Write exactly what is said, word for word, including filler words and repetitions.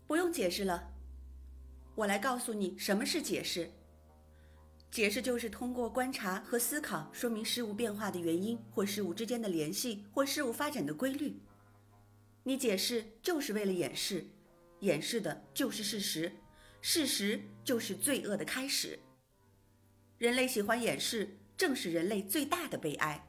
不用解释了，我来告诉你什么是解释。解释就是通过观察和思考说明事物变化的原因，或事物之间的联系，或事物发展的规律。你解释就是为了掩饰，掩饰的就是事实，事实就是罪恶的开始。人类喜欢掩饰，正是人类最大的悲哀。